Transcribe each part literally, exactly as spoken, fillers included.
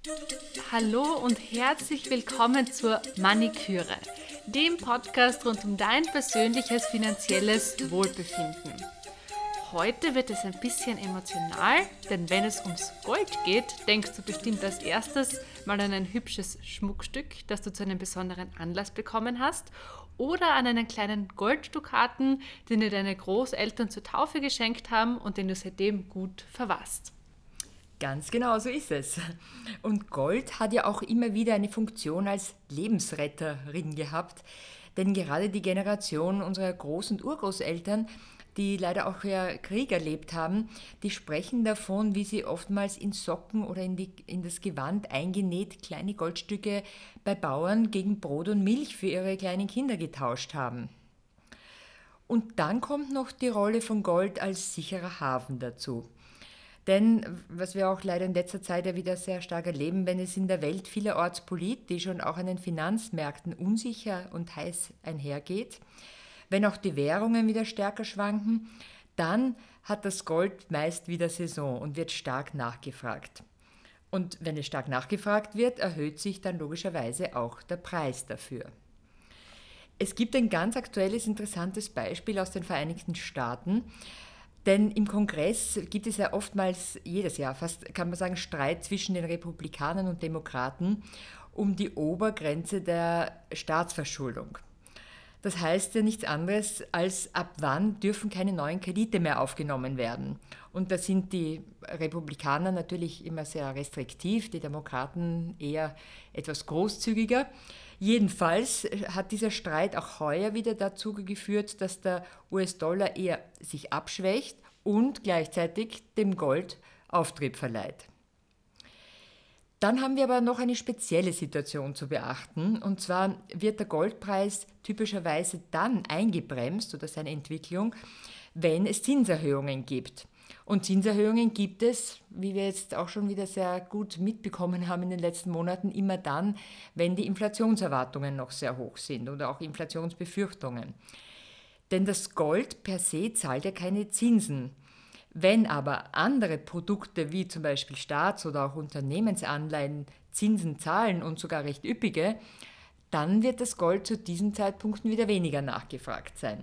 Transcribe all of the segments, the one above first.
Hallo und herzlich willkommen zur Maniküre, dem Podcast rund um dein persönliches finanzielles Wohlbefinden. Heute wird es ein bisschen emotional, denn wenn es ums Gold geht, denkst du bestimmt als erstes mal an ein hübsches Schmuckstück, das du zu einem besonderen Anlass bekommen hast, oder an einen kleinen Golddukaten, den dir deine Großeltern zur Taufe geschenkt haben und den du seitdem gut verwahrst. Ganz genau, so ist es. Und Gold hat ja auch immer wieder eine Funktion als Lebensretterin gehabt, denn gerade die Generation unserer Groß- und Urgroßeltern, die leider auch ja Krieg erlebt haben, die sprechen davon, wie sie oftmals in Socken oder in, die, in das Gewand eingenäht kleine Goldstücke bei Bauern gegen Brot und Milch für ihre kleinen Kinder getauscht haben. Und dann kommt noch die Rolle von Gold als sicherer Hafen dazu. Denn, was wir auch leider in letzter Zeit ja wieder sehr stark erleben, wenn es in der Welt vielerorts politisch und auch an den Finanzmärkten unsicher und heiß einhergeht, wenn auch die Währungen wieder stärker schwanken, dann hat das Gold meist wieder Saison und wird stark nachgefragt. Und wenn es stark nachgefragt wird, erhöht sich dann logischerweise auch der Preis dafür. Es gibt ein ganz aktuelles, interessantes Beispiel aus den Vereinigten Staaten. Denn im Kongress gibt es ja oftmals jedes Jahr, fast kann man sagen, Streit zwischen den Republikanern und Demokraten um die Obergrenze der Staatsverschuldung. Das heißt ja nichts anderes, als ab wann dürfen keine neuen Kredite mehr aufgenommen werden. Und da sind die Republikaner natürlich immer sehr restriktiv, die Demokraten eher etwas großzügiger. Jedenfalls hat dieser Streit auch heuer wieder dazu geführt, dass der U S-Dollar eher sich abschwächt und gleichzeitig dem Gold Auftrieb verleiht. Dann haben wir aber noch eine spezielle Situation zu beachten, und zwar wird der Goldpreis typischerweise dann eingebremst oder seine Entwicklung, wenn es Zinserhöhungen gibt. Und Zinserhöhungen gibt es, wie wir jetzt auch schon wieder sehr gut mitbekommen haben in den letzten Monaten, immer dann, wenn die Inflationserwartungen noch sehr hoch sind oder auch Inflationsbefürchtungen. Denn das Gold per se zahlt ja keine Zinsen. Wenn aber andere Produkte wie zum Beispiel Staats- oder auch Unternehmensanleihen Zinsen zahlen und sogar recht üppige, dann wird das Gold zu diesen Zeitpunkten wieder weniger nachgefragt sein.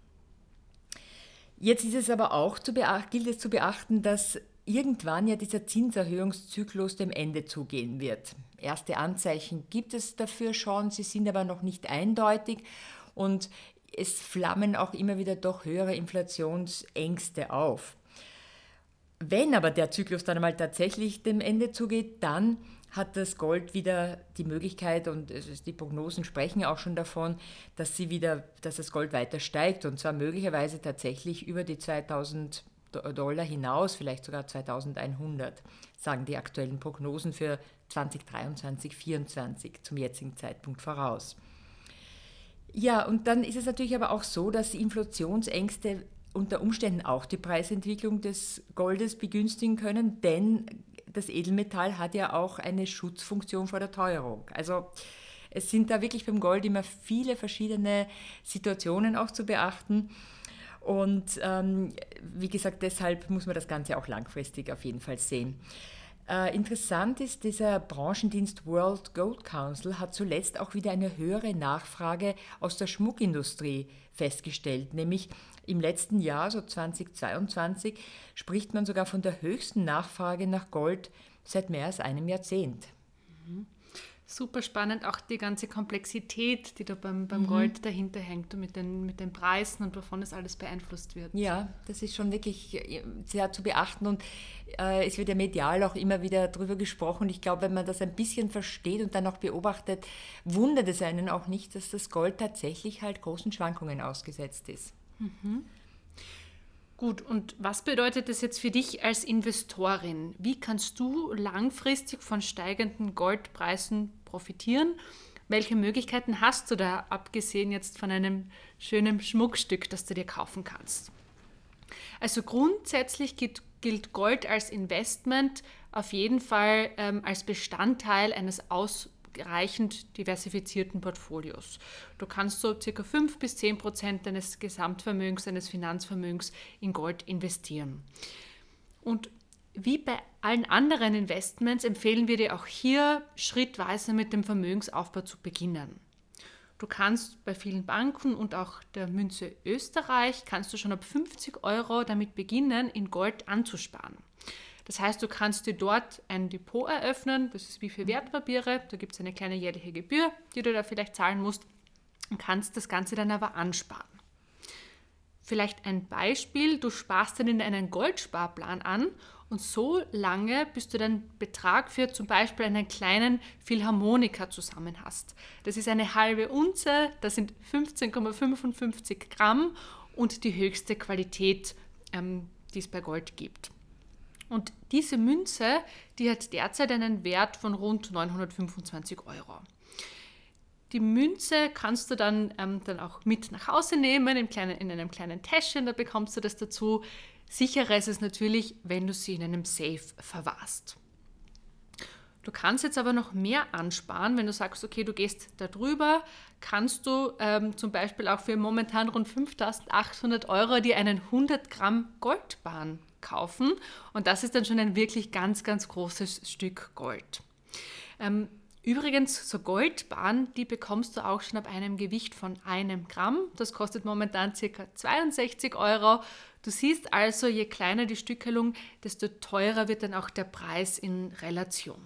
Jetzt ist es aber auch zu beachten, gilt es zu beachten, dass irgendwann ja dieser Zinserhöhungszyklus dem Ende zugehen wird. Erste Anzeichen gibt es dafür schon, sie sind aber noch nicht eindeutig und es flammen auch immer wieder doch höhere Inflationsängste auf. Wenn aber der Zyklus dann einmal tatsächlich dem Ende zugeht, dann hat das Gold wieder die Möglichkeit, und die Prognosen sprechen auch schon davon, dass, sie wieder, dass das Gold weiter steigt, und zwar möglicherweise tatsächlich über die zweitausend Dollar hinaus, vielleicht sogar zweitausendeinhundert, sagen die aktuellen Prognosen für zweitausenddreiundzwanzig, zweitausendvierundzwanzig zum jetzigen Zeitpunkt voraus. Ja, und dann ist es natürlich aber auch so, dass die Inflationsängste unter Umständen auch die Preisentwicklung des Goldes begünstigen können, denn das Edelmetall hat ja auch eine Schutzfunktion vor der Teuerung. Also es sind da wirklich beim Gold immer viele verschiedene Situationen auch zu beachten. Und ähm, wie gesagt, deshalb muss man das Ganze auch langfristig auf jeden Fall sehen. Äh, interessant ist, dieser Branchendienst World Gold Council hat zuletzt auch wieder eine höhere Nachfrage aus der Schmuckindustrie festgestellt, nämlich im letzten Jahr, so zweitausendzweiundzwanzig, spricht man sogar von der höchsten Nachfrage nach Gold seit mehr als einem Jahrzehnt. Mhm. Super spannend, auch die ganze Komplexität, die da beim, beim Mhm. Gold dahinter hängt und mit den, mit den Preisen und wovon das alles beeinflusst wird. Ja, das ist schon wirklich sehr zu beachten, und äh, es wird ja medial auch immer wieder darüber gesprochen. Ich glaube, wenn man das ein bisschen versteht und dann auch beobachtet, wundert es einen auch nicht, dass das Gold tatsächlich halt großen Schwankungen ausgesetzt ist. Mhm. Gut, und was bedeutet das jetzt für dich als Investorin? Wie kannst du langfristig von steigenden Goldpreisen profitieren? Welche Möglichkeiten hast du da, abgesehen jetzt von einem schönen Schmuckstück, das du dir kaufen kannst? Also grundsätzlich gilt, gilt Gold als Investment auf jeden Fall ähm, als Bestandteil eines ausreichend diversifizierten Portfolios. Du kannst so ca. fünf bis zehn Prozent deines Gesamtvermögens, deines Finanzvermögens in Gold investieren. Und Wie bei allen anderen Investments empfehlen wir dir auch hier schrittweise mit dem Vermögensaufbau zu beginnen. Du kannst bei vielen Banken und auch der Münze Österreich kannst du schon ab fünfzig Euro damit beginnen, in Gold anzusparen. Das heißt, du kannst dir dort ein Depot eröffnen, das ist wie für Wertpapiere, da gibt es eine kleine jährliche Gebühr, die du da vielleicht zahlen musst und kannst das Ganze dann aber ansparen. Vielleicht ein Beispiel, du sparst dann in einen Goldsparplan an und so lange, bis du den Betrag für zum Beispiel einen kleinen Philharmoniker zusammen hast. Das ist eine halbe Unze, das sind fünfzehn Komma fünfundfünfzig Gramm und die höchste Qualität, ähm, die es bei Gold gibt. Und diese Münze, die hat derzeit einen Wert von rund neunhundertfünfundzwanzig Euro. Die Münze kannst du dann, ähm, dann auch mit nach Hause nehmen, im kleinen, in einem kleinen Täschchen, da bekommst du das dazu. Sicherer ist es natürlich, wenn du sie in einem Safe verwahrst. Du kannst jetzt aber noch mehr ansparen, wenn du sagst, okay, du gehst da drüber, kannst du ähm, zum Beispiel auch für momentan rund fünftausendachthundert Euro dir einen hundert Gramm Goldbarren kaufen und das ist dann schon ein wirklich ganz, ganz großes Stück Gold. Ähm, Übrigens, so Goldbarren, die bekommst du auch schon ab einem Gewicht von einem Gramm. Das kostet momentan ca. zweiundsechzig Euro. Du siehst also, je kleiner die Stückelung, desto teurer wird dann auch der Preis in Relation.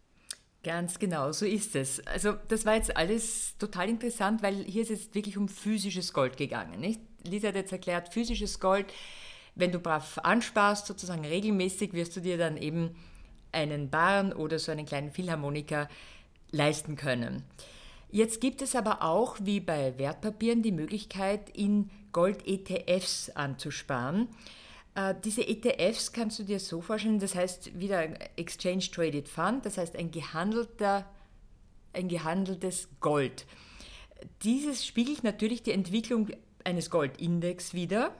Ganz genau, so ist es. Also das war jetzt alles total interessant, weil hier ist es wirklich um physisches Gold gegangen. Nicht? Lisa hat jetzt erklärt, physisches Gold, wenn du brav ansparst, sozusagen regelmäßig, wirst du dir dann eben einen Barren oder so einen kleinen Philharmoniker leisten können. Jetzt gibt es aber auch, wie bei Wertpapieren, die Möglichkeit, in Gold-E T Fs anzusparen. Äh, diese E T Fs kannst du dir so vorstellen, das heißt wieder Exchange Traded Fund, das heißt ein, gehandelter, ein gehandeltes Gold. Dieses spiegelt natürlich die Entwicklung eines Goldindex wider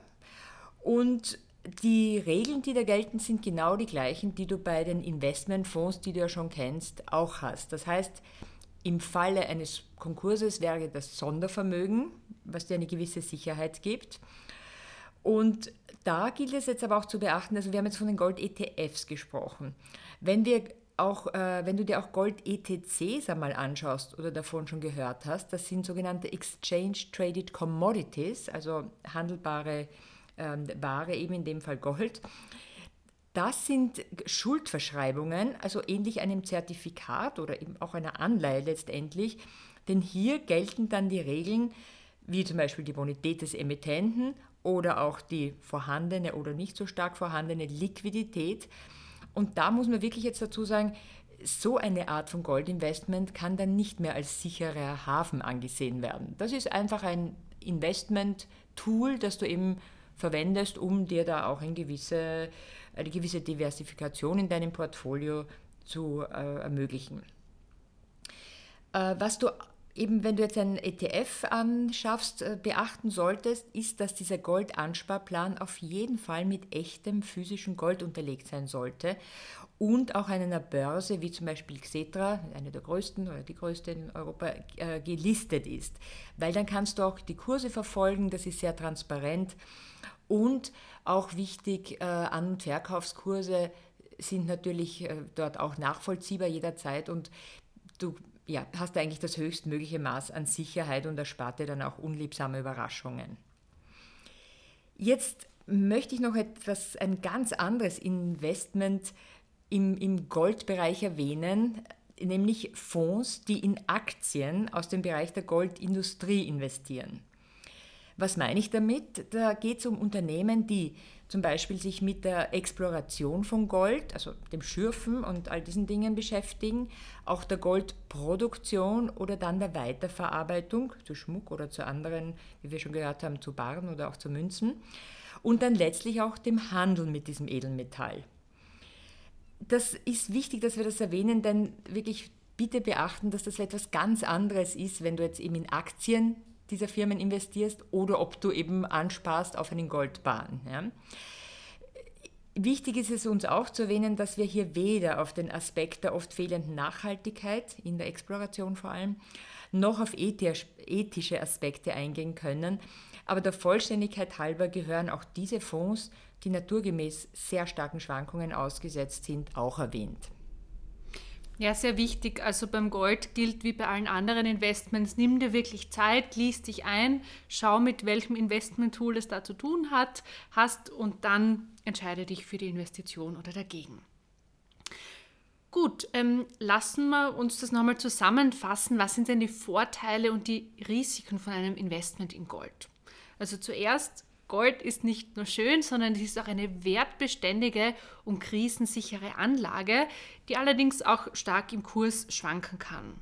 und die Regeln, die da gelten, sind genau die gleichen, die du bei den Investmentfonds, die du ja schon kennst, auch hast. Das heißt, im Falle eines Konkurses wäre das Sondervermögen, was dir eine gewisse Sicherheit gibt. Und da gilt es jetzt aber auch zu beachten, also wir haben jetzt von den Gold-E T Fs gesprochen. Wenn, wir auch, äh, wenn du dir auch Gold-E T Cs einmal anschaust oder davon schon gehört hast, das sind sogenannte Exchange Traded Commodities, also handelbare Ware, eben in dem Fall Gold. Das sind Schuldverschreibungen, also ähnlich einem Zertifikat oder eben auch einer Anleihe letztendlich, denn hier gelten dann die Regeln, wie zum Beispiel die Bonität des Emittenten oder auch die vorhandene oder nicht so stark vorhandene Liquidität. Und da muss man wirklich jetzt dazu sagen, so eine Art von Goldinvestment kann dann nicht mehr als sicherer Hafen angesehen werden. Das ist einfach ein Investment-Tool, das du eben verwendest, um dir da auch eine gewisse, eine gewisse Diversifikation in deinem Portfolio zu äh, ermöglichen. Äh, was du eben, wenn du jetzt einen E T F anschaffst, äh, beachten solltest, ist, dass dieser Goldansparplan auf jeden Fall mit echtem physischen Gold unterlegt sein sollte und auch an einer Börse wie zum Beispiel Xetra, eine der größten oder die größte in Europa, äh, gelistet ist. Weil dann kannst du auch die Kurse verfolgen, das ist sehr transparent. Und auch wichtig, äh, An- und Verkaufskurse sind natürlich äh, dort auch nachvollziehbar jederzeit und du ja, hast eigentlich das höchstmögliche Maß an Sicherheit und erspart dir dann auch unliebsame Überraschungen. Jetzt möchte ich noch etwas, ein ganz anderes Investment im, im Goldbereich erwähnen, nämlich Fonds, die in Aktien aus dem Bereich der Goldindustrie investieren. Was meine ich damit? Da geht es um Unternehmen, die zum Beispiel sich mit der Exploration von Gold, also dem Schürfen und all diesen Dingen beschäftigen, auch der Goldproduktion oder dann der Weiterverarbeitung zu Schmuck oder zu anderen, wie wir schon gehört haben, zu Barren oder auch zu Münzen und dann letztlich auch dem Handel mit diesem Edelmetall. Das ist wichtig, dass wir das erwähnen, denn wirklich bitte beachten, dass das etwas ganz anderes ist, wenn du jetzt eben in Aktien dieser Firmen investierst oder ob du eben ansparst auf einen Goldbarren. Ja. Wichtig ist es uns auch zu erwähnen, dass wir hier weder auf den Aspekt der oft fehlenden Nachhaltigkeit, in der Exploration vor allem, noch auf ethische Aspekte eingehen können. Aber der Vollständigkeit halber gehören auch diese Fonds, die naturgemäß sehr starken Schwankungen ausgesetzt sind, auch erwähnt. Ja, sehr wichtig. Also beim Gold gilt wie bei allen anderen Investments, nimm dir wirklich Zeit, lies dich ein, schau mit welchem Investmenttool es da zu tun hat, hast und dann entscheide dich für die Investition oder dagegen. Gut, ähm, lassen wir uns das nochmal zusammenfassen. Was sind denn die Vorteile und die Risiken von einem Investment in Gold? Also zuerst, Gold ist nicht nur schön, sondern es ist auch eine wertbeständige und krisensichere Anlage, die allerdings auch stark im Kurs schwanken kann.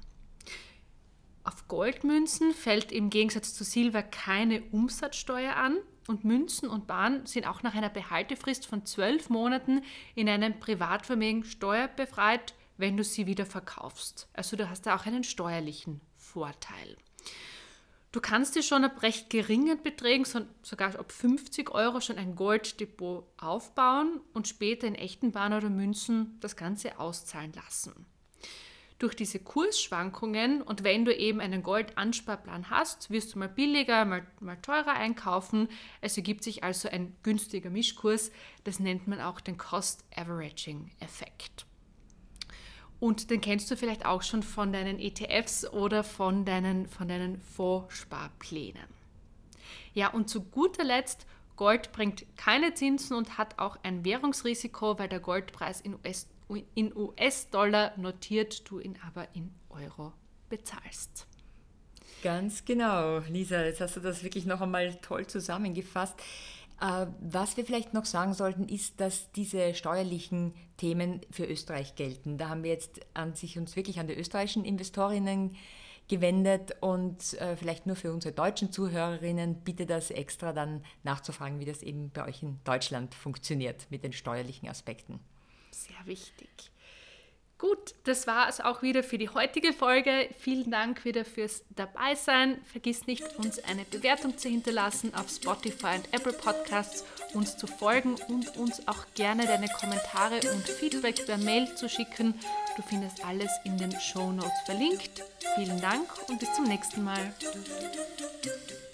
Auf Goldmünzen fällt im Gegensatz zu Silber keine Umsatzsteuer an und Münzen und Barren sind auch nach einer Behaltefrist von zwölf Monaten in einem Privatvermögen steuerbefreit, wenn du sie wieder verkaufst. Also du hast da auch einen steuerlichen Vorteil. Du kannst dir schon ab recht geringen Beträgen, sogar ab fünfzig Euro, schon ein Golddepot aufbauen und später in echten Barren oder Münzen das Ganze auszahlen lassen. Durch diese Kursschwankungen und wenn du eben einen Goldansparplan hast, wirst du mal billiger, mal, mal teurer einkaufen. Es ergibt sich also ein günstiger Mischkurs. Das nennt man auch den Cost-Averaging-Effekt. Und den kennst du vielleicht auch schon von deinen E T Fs oder von deinen, von deinen Fondssparplänen. Ja, und zu guter Letzt, Gold bringt keine Zinsen und hat auch ein Währungsrisiko, weil der Goldpreis in U S, in U S-Dollar notiert, du ihn aber in Euro bezahlst. Ganz genau, Lisa, jetzt hast du das wirklich noch einmal toll zusammengefasst. Was wir vielleicht noch sagen sollten, ist, dass diese steuerlichen Themen für Österreich gelten. Da haben wir jetzt an sich uns wirklich an die österreichischen Investorinnen gewendet und äh, vielleicht nur für unsere deutschen Zuhörerinnen bitte das extra dann nachzufragen, wie das eben bei euch in Deutschland funktioniert mit den steuerlichen Aspekten. Sehr wichtig. Gut, das war es auch wieder für die heutige Folge. Vielen Dank wieder fürs Dabeisein. Vergiss nicht, uns eine Bewertung zu hinterlassen auf Spotify und Apple Podcasts, uns zu folgen und uns auch gerne deine Kommentare und Feedback per Mail zu schicken. Du findest alles in den Shownotes verlinkt. Vielen Dank und bis zum nächsten Mal.